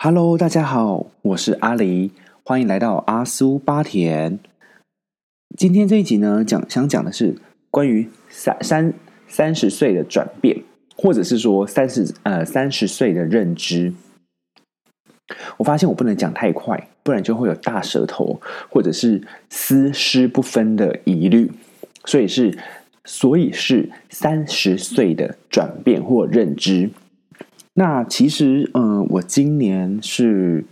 Hello，大家好，我是阿狸，欢迎来到阿苏巴田。今天这一集呢，想讲的是关于三十岁的转变，或者是说三十岁的认知。我发现我不能讲太快，不然就会有大舌头或者是丝湿不分的疑虑，所以是30岁的转变或认知。那其实，我今年是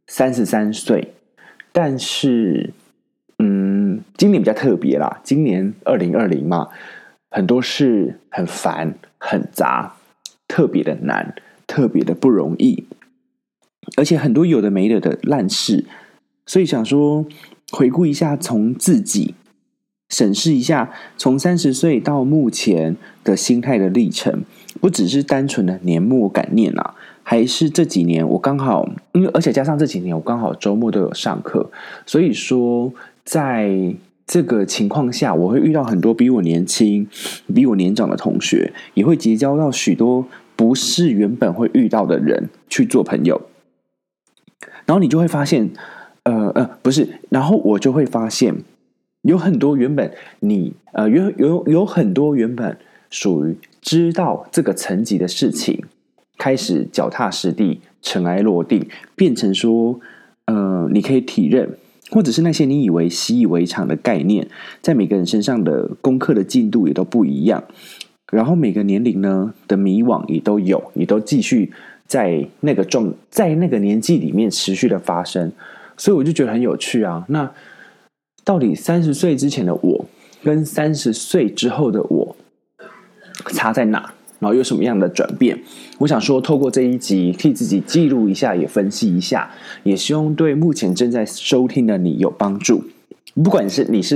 33岁，但是，今年比较特别啦。今年2020嘛，很多事很烦、很杂，特别的难，特别的不容易，而且很多有的没的烂事，所以想说回顾一下，从自己审视一下，从30岁到目前的心态的历程。不只是单纯的年末感念啊，还是这几年我刚好，而且加上这几年我刚好周末都有上课，所以说在这个情况下，我会遇到很多比我年轻、比我年长的同学，也会结交到许多不是原本会遇到的人去做朋友，然后你就会发现，然后我就会发现，有很多原本有很多原本属于知道这个层级的事情，开始脚踏实地、尘埃落定，变成说，你可以体认，或者是那些你以为习以为常的概念，在每个人身上的功课的进度也都不一样，然后每个年龄呢的迷惘也都有，也都继续在那个年纪里面持续的发生，所以我就觉得很有趣啊。那到底30岁之前的我跟30岁之后的我差在哪？然后有什么样的转变？我想说，透过这一集替自己记录一下，也分析一下，也希望对目前正在收听的你有帮助。不管你是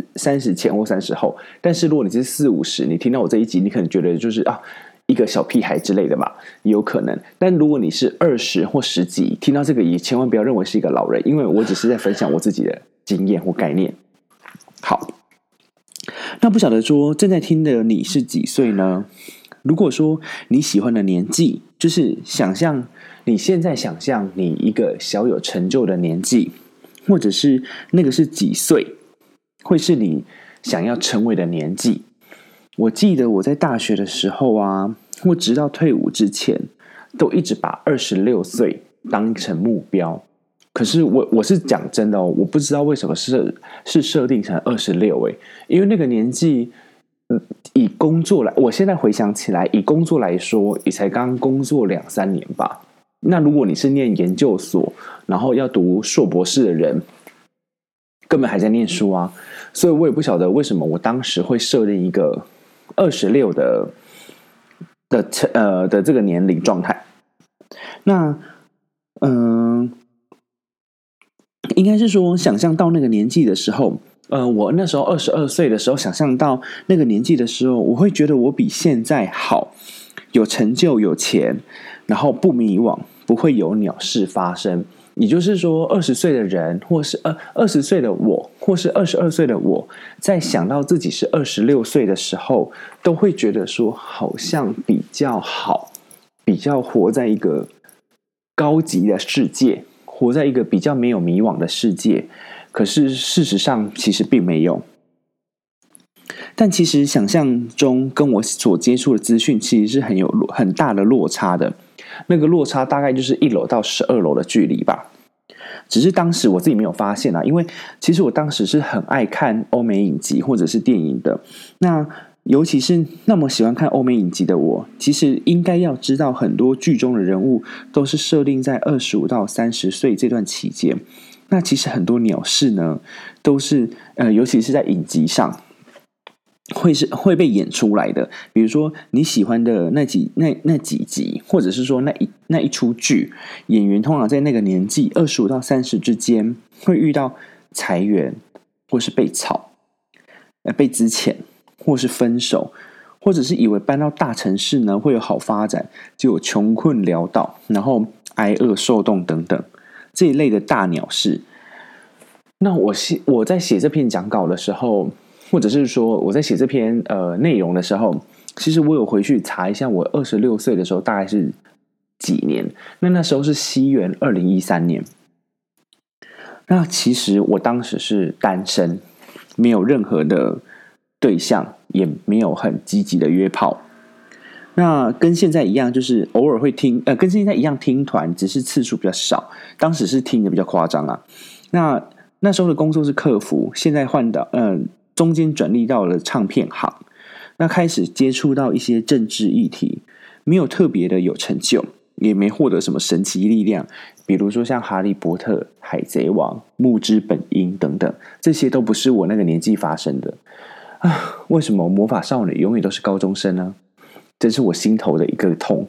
30前或30后，但是如果你是40、50，你听到我这一集，你可能觉得就是一个小屁孩之类的吧，也有可能。但如果你是20或10几，听到这个也千万不要认为是一个老人，因为我只是在分享我自己的经验或概念。好。那不晓得说正在听的你是几岁呢？如果说你喜欢的年纪，就是你现在想象你一个小有成就的年纪，或者是那个是几岁，会是你想要成为的年纪。我记得我在大学的时候啊，或直到退伍之前，都一直把26岁当成目标。可是我是讲真的哦，我不知道为什么是设定成26因为那个年纪，以工作来，我现在回想起来，以工作来说，也才刚工作2-3年吧。那如果你是念研究所，然后要读硕博士的人，根本还在念书啊，所以我也不晓得为什么我当时会设定一个26的这个年龄状态。那应该是说，想象到那个年纪的时候，我那时候22岁的时候，想象到那个年纪的时候，我会觉得我比现在好，有成就、有钱，然后不迷惘，不会有鸟事发生。也就是说，20岁的人，或是20岁的我，或是22岁的我，在想到自己是26岁的时候，都会觉得说，好像比较好，比较活在一个高级的世界。活在一个比较没有迷惘的世界，可是事实上其实并没有。但其实想象中跟我所接触的资讯其实是很大的落差的，那个落差大概就是1楼到12楼的距离吧。只是当时我自己没有发现啊，因为其实我当时是很爱看欧美影集或者是电影的。那尤其是那么喜欢看欧美影集的我，其实应该要知道很多剧中的人物都是设定在25到30岁这段期间。那其实很多鸟事呢，都是尤其是在影集上会被演出来的。比如说你喜欢的那几集，或者是说那一出剧，演员通常在那个年纪25到30之间，会遇到裁员，或是被炒，被资遣。或是分手，或者是以为搬到大城市呢会有好发展，就有穷困潦倒，然后挨饿受冻等等这一类的大鸟事。那我在写这篇讲稿的时候，或者是说我在写这篇内容的时候，其实我有回去查一下我26岁的时候大概是几年，那时候是西元2013年。那其实我当时是单身，没有任何的对象，也没有很积极的约炮。那跟现在一样，就是偶尔会听，跟现在一样听团，只是次数比较少。当时是听的比较夸张啊。那时候的工作是客服，现在换到中间转隶到了唱片行。那开始接触到一些政治议题，没有特别的有成就，也没获得什么神奇力量，比如说像哈利波特、海贼王、木之本樱等等，这些都不是我那个年纪发生的啊！为什么魔法少女永远都是高中生呢？这是我心头的一个痛。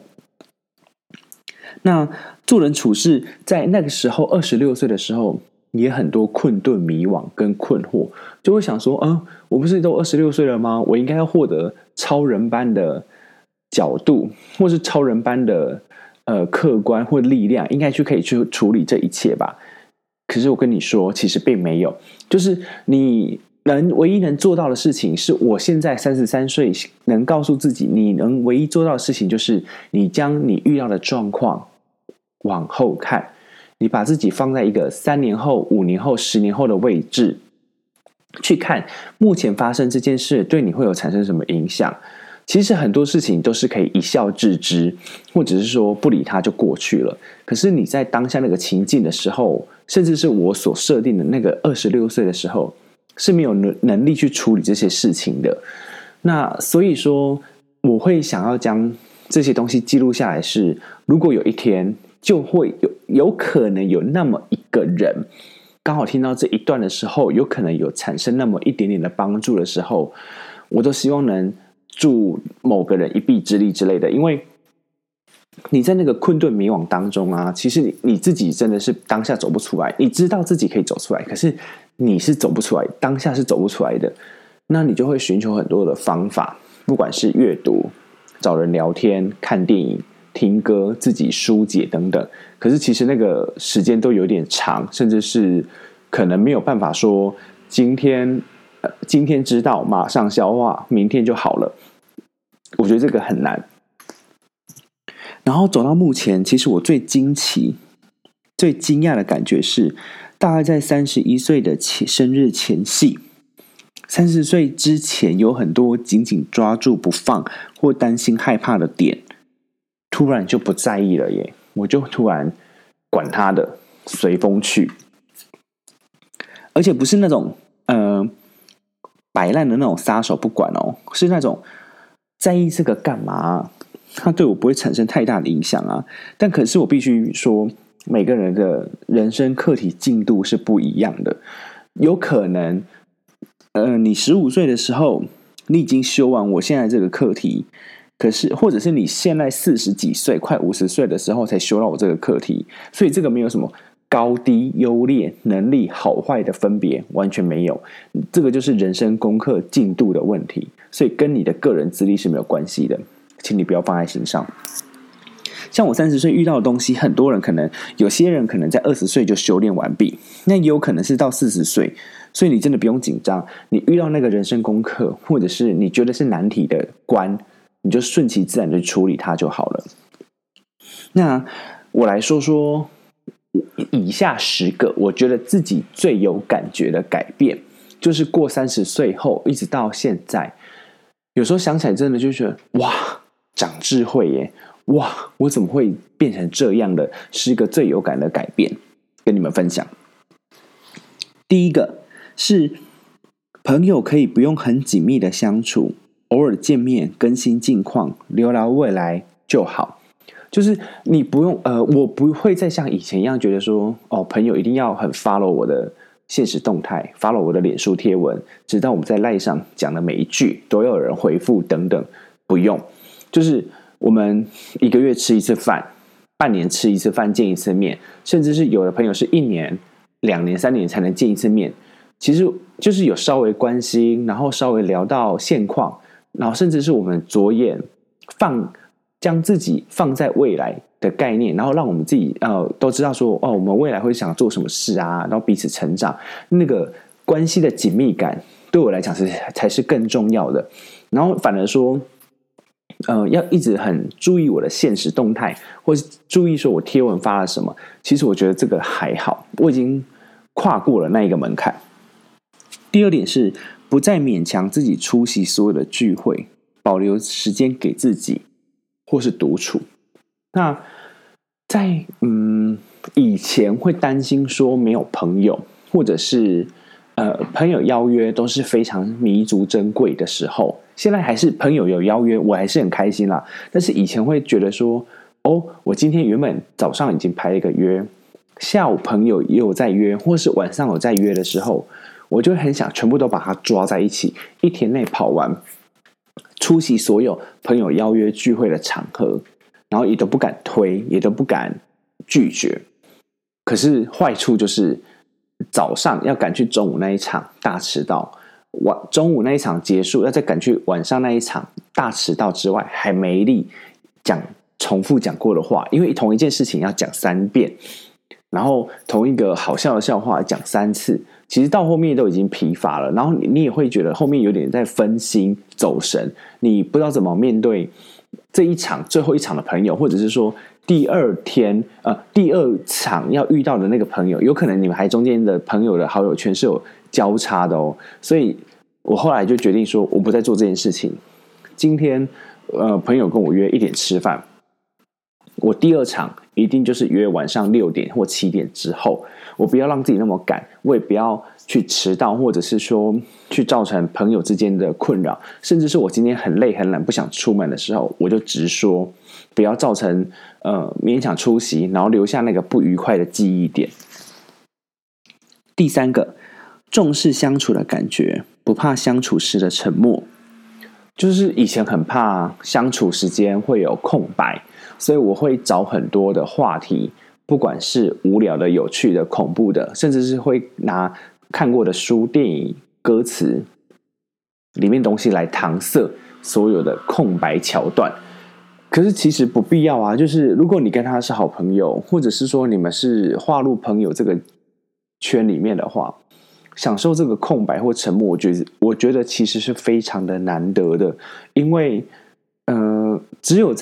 那做人处事，在那个时候26岁的时候，也很多困顿、迷惘跟困惑，就会想说，我不是都26岁了吗？我应该要获得超人般的角度，或是超人般的客观或力量，应该可以去处理这一切吧。可是我跟你说，其实并没有，就是你唯一能做到的事情，是我现在33岁能告诉自己，你能唯一做到的事情，就是你将你遇到的状况往后看，你把自己放在一个3年后、5年后、10年后的位置，去看目前发生这件事对你会有产生什么影响。其实很多事情都是可以一笑置之，或者是说不理它就过去了。可是你在当下那个情境的时候，甚至是我所设定的那个26岁的时候，是没有能力去处理这些事情的。那所以说，我会想要将这些东西记录下来是，如果有一天就会有可能有那么一个人刚好听到这一段的时候，有可能有产生那么一点点的帮助的时候，我都希望能助某个人一臂之力之类的。因为你在那个困顿迷惘当中啊，其实你自己真的是当下走不出来，你知道自己可以走出来，可是你是走不出来，当下是走不出来的。那你就会寻求很多的方法，不管是阅读、找人聊天、看电影、听歌、自己疏解等等。可是其实那个时间都有点长，甚至是可能没有办法说今天知道马上消化，明天就好了。我觉得这个很难。然后走到目前，其实我最惊奇、最惊讶的感觉是，大概在31岁的生日前夕，30岁之前有很多紧紧抓住不放或担心害怕的点，突然就不在意了耶！我就突然管他的，随风去，而且不是那种摆烂的那种撒手不管哦，是那种在意这个干嘛？它对我不会产生太大的影响啊。但可是我必须说，每个人的人生课题进度是不一样的。有可能，你15岁的时候，你已经修完我现在这个课题，可是或者是你现在40几岁、快50岁的时候才修到我这个课题，所以这个没有什么高低优劣、能力好坏的分别，完全没有。这个就是人生功课进度的问题，所以跟你的个人资历是没有关系的。请你不要放在心上。像我30岁遇到的东西，很多人有些人可能在20岁就修炼完毕，那也有可能是到40岁，所以你真的不用紧张。你遇到那个人生功课，或者是你觉得是难题的关，你就顺其自然的处理它就好了。那我来说说以下10个我觉得自己最有感觉的改变，就是过30岁后一直到现在，有时候想起来真的就觉得哇，长智慧耶！哇，我怎么会变成这样的？10个最有感的改变，跟你们分享。第一个是朋友可以不用很紧密的相处，偶尔见面更新近况，聊聊未来就好。就是你不用我不会再像以前一样觉得说朋友一定要很 follow 我的现实动态， follow 我的脸书贴文，直到我们在赖上讲的每一句都有人回复等等。不用，就是我们1个月吃一次饭，半年吃一次饭，见一次面，甚至是有的朋友是1年、2年、3年才能见一次面。其实就是有稍微关心，然后稍微聊到现况，然后甚至是我们着眼将自己放在未来的概念，然后让我们自己都知道说我们未来会想做什么事啊，然后彼此成长，那个关系的紧密感对我来讲才是更重要的。然后反而说要一直很注意我的现实动态，或是注意说我贴文发了什么。其实我觉得这个还好，我已经跨过了那一个门槛。第二点是不再勉强自己出席所有的聚会，保留时间给自己或是独处。那在以前会担心说没有朋友，或者是朋友邀约都是非常弥足珍贵的时候，现在还是朋友有邀约，我还是很开心啦。但是以前会觉得说，我今天原本早上已经排了一个约，下午朋友也有在约，或是晚上有在约的时候，我就很想全部都把它抓在一起，一天内跑完，出席所有朋友邀约聚会的场合，然后也都不敢推，也都不敢拒绝。可是坏处就是早上要赶去中午那一场大迟到，中午那一场结束要再赶去晚上那一场大迟到之外，还没力重复讲过的话，因为同一件事情要讲3遍，然后同一个好笑的笑话讲3次，其实到后面都已经疲乏了，然后你也会觉得后面有点在分心走神，你不知道怎么面对这一场最后一场的朋友，或者是说第二场要遇到的那个朋友，有可能你们还中间的朋友的好友圈是有交叉的哦。所以我后来就决定说，我不再做这件事情。今天朋友跟我约1点吃饭，我第2场一定就是约晚上6点或7点之后，我不要让自己那么赶，我也不要去迟到，或者是说去造成朋友之间的困扰，甚至是我今天很累很懒不想出门的时候，我就直说，不要造成勉强出席，然后留下那个不愉快的记忆点。第3个，重视相处的感觉，不怕相处时的沉默。就是以前很怕相处时间会有空白，所以我会找很多的话题，不管是无聊的、有趣的、恐怖的，甚至是会拿看过的书、电影、歌词里面东西来搪塞所有的空白桥段。可是其实不必要啊，就是如果你跟他是好朋友，或者是说你们是划入朋友这个圈里面的话，享受这个空白或沉默，我觉得其实是非常的难得的，因为只有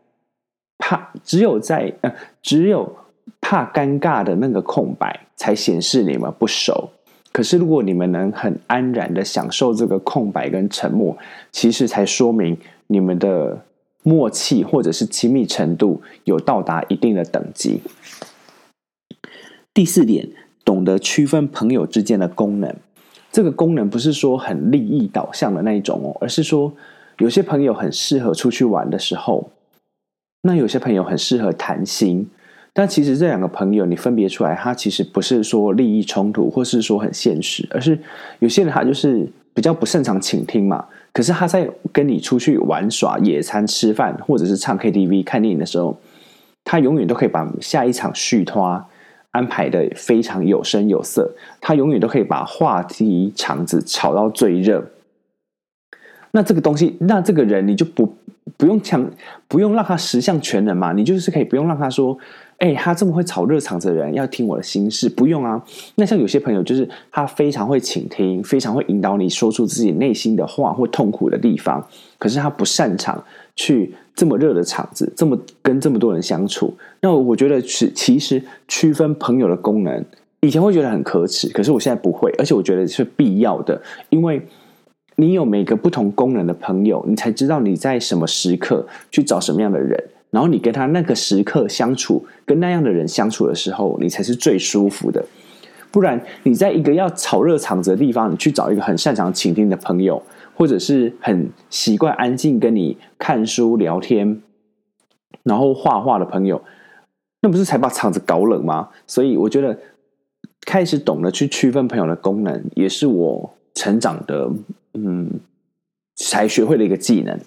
怕尴尬的那个空白，才显示你们不熟。可是如果你们能很安然的享受这个空白跟沉默，其实才说明你们的默契或者是亲密程度有到达一定的等级。第4点，懂得区分朋友之间的功能。这个功能不是说很利益导向的那一种哦，而是说有些朋友很适合出去玩的时候，那有些朋友很适合谈心。但其实这2个朋友你分别出来，他其实不是说利益冲突，或是说很现实，而是有些人他就是比较不擅长倾听嘛。可是他在跟你出去玩耍、野餐、吃饭，或者是唱 KTV、看电影的时候，他永远都可以把下一场续托安排的非常有声有色，他永远都可以把话题场子炒到最热。那这个东西，那这个人你就不用让他十项全能嘛，你就是可以不用让他说，他这么会炒热场子的人要听我的心事，不用啊。那像有些朋友就是他非常会倾听，非常会引导你说出自己内心的话或痛苦的地方，可是他不擅长去这么热的场子，跟这么多人相处。那我觉得其实区分朋友的功能，以前会觉得很可耻，可是我现在不会，而且我觉得是必要的，因为你有每个不同功能的朋友，你才知道你在什么时刻去找什么样的人，然后你跟他那个时刻相处，跟那样的人相处的时候，你才是最舒服的。不然你在一个要炒热场子的地方，你去找一个很擅长倾听的朋友，或者是很习惯安静跟你看书聊天，然后画画的朋友，那不是才把场子搞冷吗？所以我觉得开始懂得去区分朋友的功能，也是我成长的才学会的一个技能。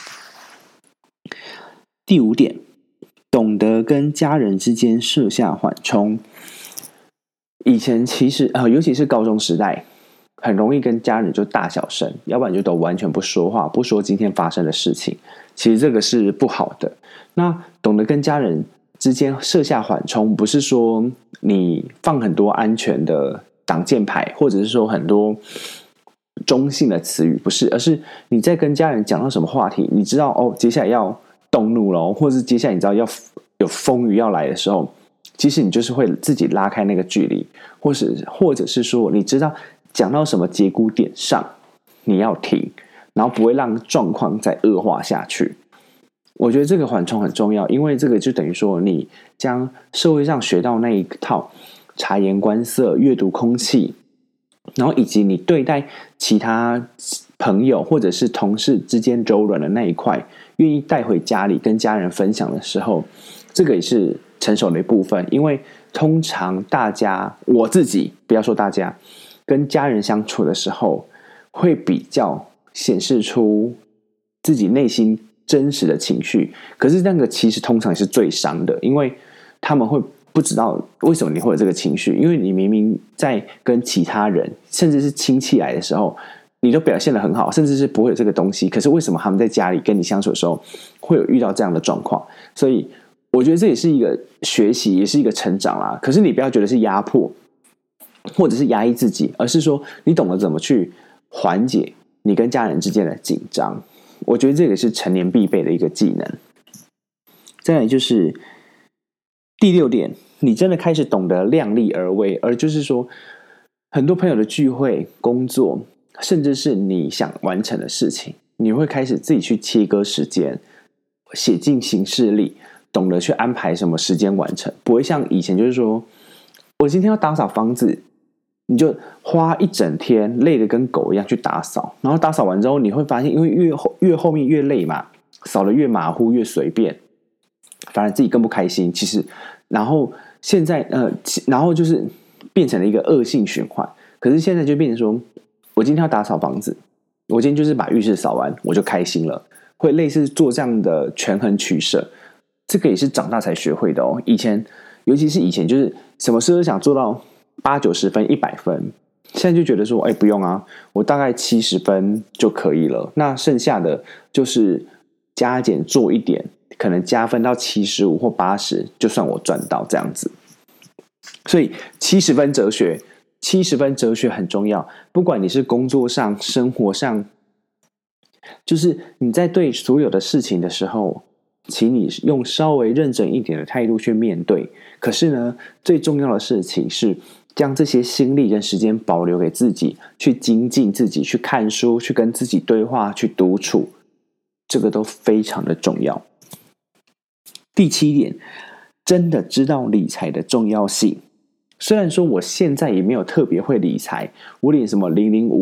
第5点，懂得跟家人之间设下缓冲。以前其实尤其是高中时代，很容易跟家人就大小声，要不然就都完全不说话，不说今天发生的事情。其实这个是不好的。那懂得跟家人之间设下缓冲，不是说你放很多安全的挡箭牌，或者是说很多中性的词语，不是，而是你在跟家人讲到什么话题，你知道哦，接下来要动怒了，或者是接下来你知道要有风雨要来的时候，其实你就是会自己拉开那个距离，或者是说，你知道讲到什么节骨点上你要停，然后不会让状况再恶化下去。我觉得这个缓冲很重要，因为这个就等于说你将社会上学到那一套察言观色、阅读空气，然后以及你对待其他朋友或者是同事之间柔软的那一块，愿意带回家里跟家人分享的时候，这个也是成熟的一部分。因为通常大家，我自己不要说大家，跟家人相处的时候，会比较显示出自己内心真实的情绪，可是那个其实通常是最伤的，因为他们会不知道为什么你会有这个情绪，因为你明明在跟其他人甚至是亲戚来的时候，你都表现得很好，甚至是不会有这个东西，可是为什么他们在家里跟你相处的时候会有遇到这样的状况？所以我觉得这也是一个学习，也是一个成长啦。可是你不要觉得是压迫或者是压抑自己，而是说你懂得怎么去缓解你跟家人之间的紧张。我觉得这个是成年必备的一个技能。再来就是第6点，你真的开始懂得量力而为，而就是说很多朋友的聚会、工作，甚至是你想完成的事情，你会开始自己去切割时间，写进行事历，懂得去安排什么时间完成，不会像以前就是说我今天要打扫房子，你就花一整天累得跟狗一样去打扫，然后打扫完之后你会发现，因为越后面越累嘛，扫得越马虎越随便，反而自己更不开心。其实，然后现在然后就是变成了一个恶性循环。可是现在就变成说，我今天要打扫房子，我今天就是把浴室扫完，我就开心了，会类似做这样的权衡取舍。这个也是长大才学会的哦。以前，尤其是以前，就是什么事都想做到80-90分、100分，现在就觉得说，不用啊，我大概70分就可以了。那剩下的就是加减做一点，可能加分到75或80，就算我赚到这样子。所以70分哲学很重要。不管你是工作上、生活上，就是你在对所有的事情的时候，请你用稍微认真一点的态度去面对。可是呢，最重要的事情是将这些心力跟时间保留给自己，去精进自己，去看书，去跟自己对话，去独处，这个都非常的重要。第7点，真的知道理财的重要性。虽然说我现在也没有特别会理财，我连什么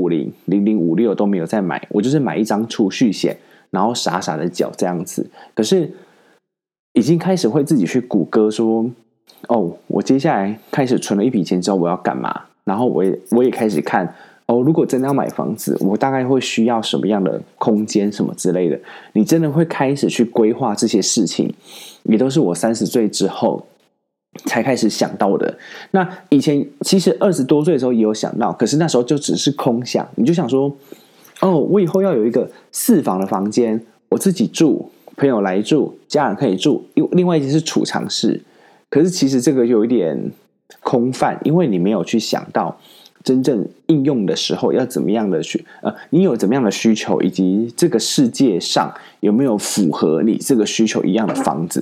0050、0056都没有在买，我就是买一张储蓄险，然后傻傻的缴这样子。可是已经开始会自己去谷歌说，我接下来开始存了一笔钱之后我要干嘛，然后我也开始看，如果真的要买房子，我大概会需要什么样的空间什么之类的。你真的会开始去规划这些事情，也都是我30岁之后才开始想到的。那以前其实20多岁的时候也有想到，可是那时候就只是空想，你就想说，我以后要有一个4房的房间，我自己住，朋友来住，家人可以住，另外一间是储藏室。可是其实这个有一点空泛，因为你没有去想到真正应用的时候要怎么样的你有怎么样的需求，以及这个世界上有没有符合你这个需求一样的房子。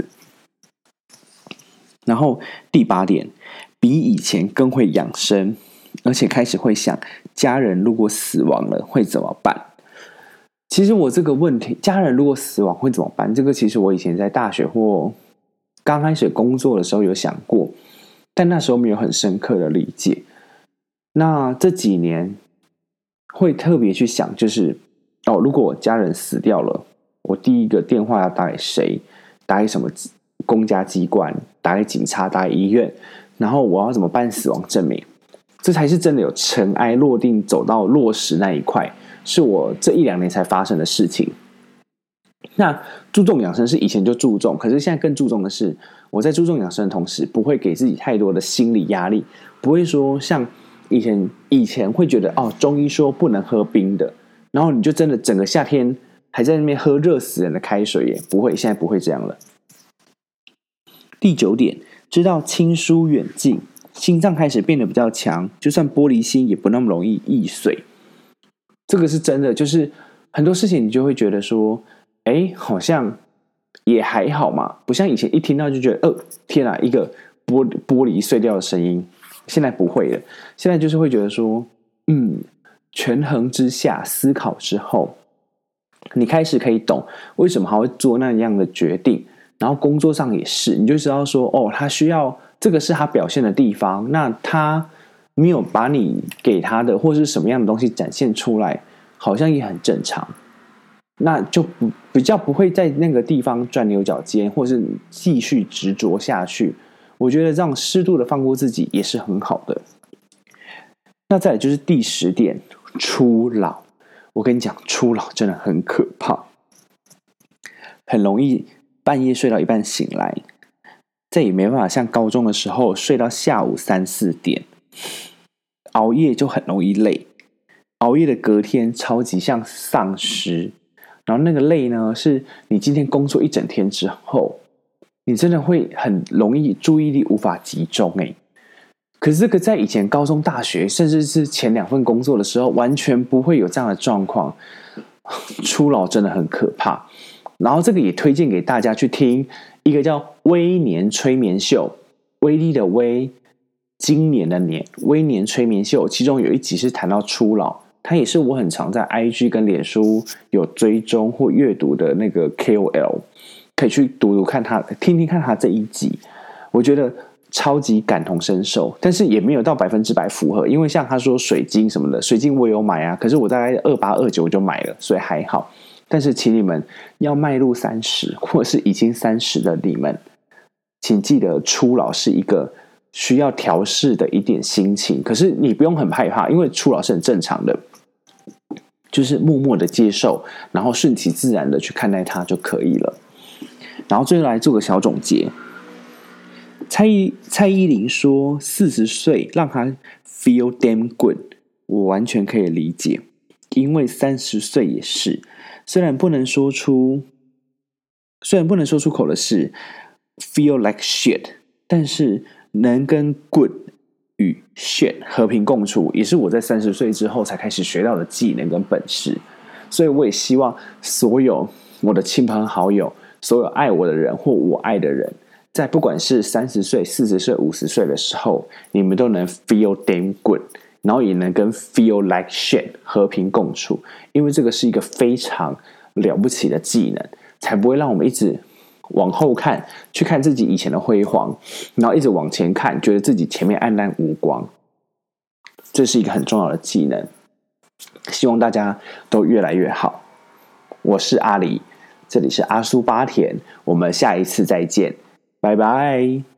然后第8点，比以前更会养生，而且开始会想家人如果死亡了会怎么办。其实我这个问题，家人如果死亡会怎么办，这个其实我以前在大学或刚开始工作的时候有想过，但那时候没有很深刻的理解。那这几年会特别去想，就是如果我家人死掉了，我第一个电话要打给谁，打给什么公家机关，打给警察，打给医院，然后我要怎么办死亡证明，这才是真的有尘埃落定，走到落实那一块，是我这1-2年才发生的事情。那注重养生是以前就注重，可是现在更注重的是，我在注重养生的同时，不会给自己太多的心理压力，不会说像以前会觉得中医说不能喝冰的，然后你就真的整个夏天还在那边喝热死人的开水耶，不会，现在不会这样了。第9点，知道亲疏远近，心脏开始变得比较强，就算玻璃心也不那么容易易碎。 这个是真的，就是很多事情你就会觉得说，好像也还好嘛，不像以前一听到就觉得，天啊，一个玻璃碎掉的声音。现在不会了，现在就是会觉得说，权衡之下，思考之后，你开始可以懂为什么他会做那样的决定，然后工作上也是，你就知道说，他需要这个是他表现的地方，那他没有把你给他的或是什么样的东西展现出来，好像也很正常，那就比较不会在那个地方钻牛角尖，或是继续执着下去。我觉得这样适度的放过自己也是很好的。那再来就是第10点，初老。我跟你讲，初老真的很可怕，很容易半夜睡到一半醒来，再也没办法像高中的时候睡到下午3、4点，熬夜就很容易累，熬夜的隔天超级像丧尸，然后那个累呢，是你今天工作一整天之后，你真的会很容易注意力无法集中可是这个在以前高中、大学，甚至是前2份工作的时候，完全不会有这样的状况。初老真的很可怕。然后这个也推荐给大家去听一个叫微年催眠秀，威力的威，今年的年，微年催眠秀，其中有一集是谈到初老，它也是我很常在 IG 跟脸书有追踪或阅读的那个 KOL。可以去读看他，听听看他这一集，我觉得超级感同身受，但是也没有到100%符合，因为像他说水晶什么的，水晶我有买啊，可是我大概28、29就买了，所以还好。但是请你们要迈入30，或者是已经30的你们，请记得初老是一个需要调试的一点心情，可是你不用很害怕，因为初老是很正常的，就是默默的接受，然后顺其自然的去看待它就可以了。然后最后来做个小总结。蔡依林说40岁让她 feel damn good， 我完全可以理解，因为30岁也是，虽然不能说出口的是 feel like shit， 但是能跟 good 与 shit 和平共处，也是我在30岁之后才开始学到的技能跟本事。所以我也希望所有我的亲朋好友，所有爱我的人或我爱的人，在不管是30岁、40岁、50岁的时候，你们都能 feel damn good， 然后也能跟 feel like shit 和平共处，因为这个是一个非常了不起的技能，才不会让我们一直往后看，去看自己以前的辉煌，然后一直往前看，觉得自己前面黯淡无光。这是一个很重要的技能，希望大家都越来越好。我是阿里，这里是阿苏巴田，我们下一次再见，拜拜。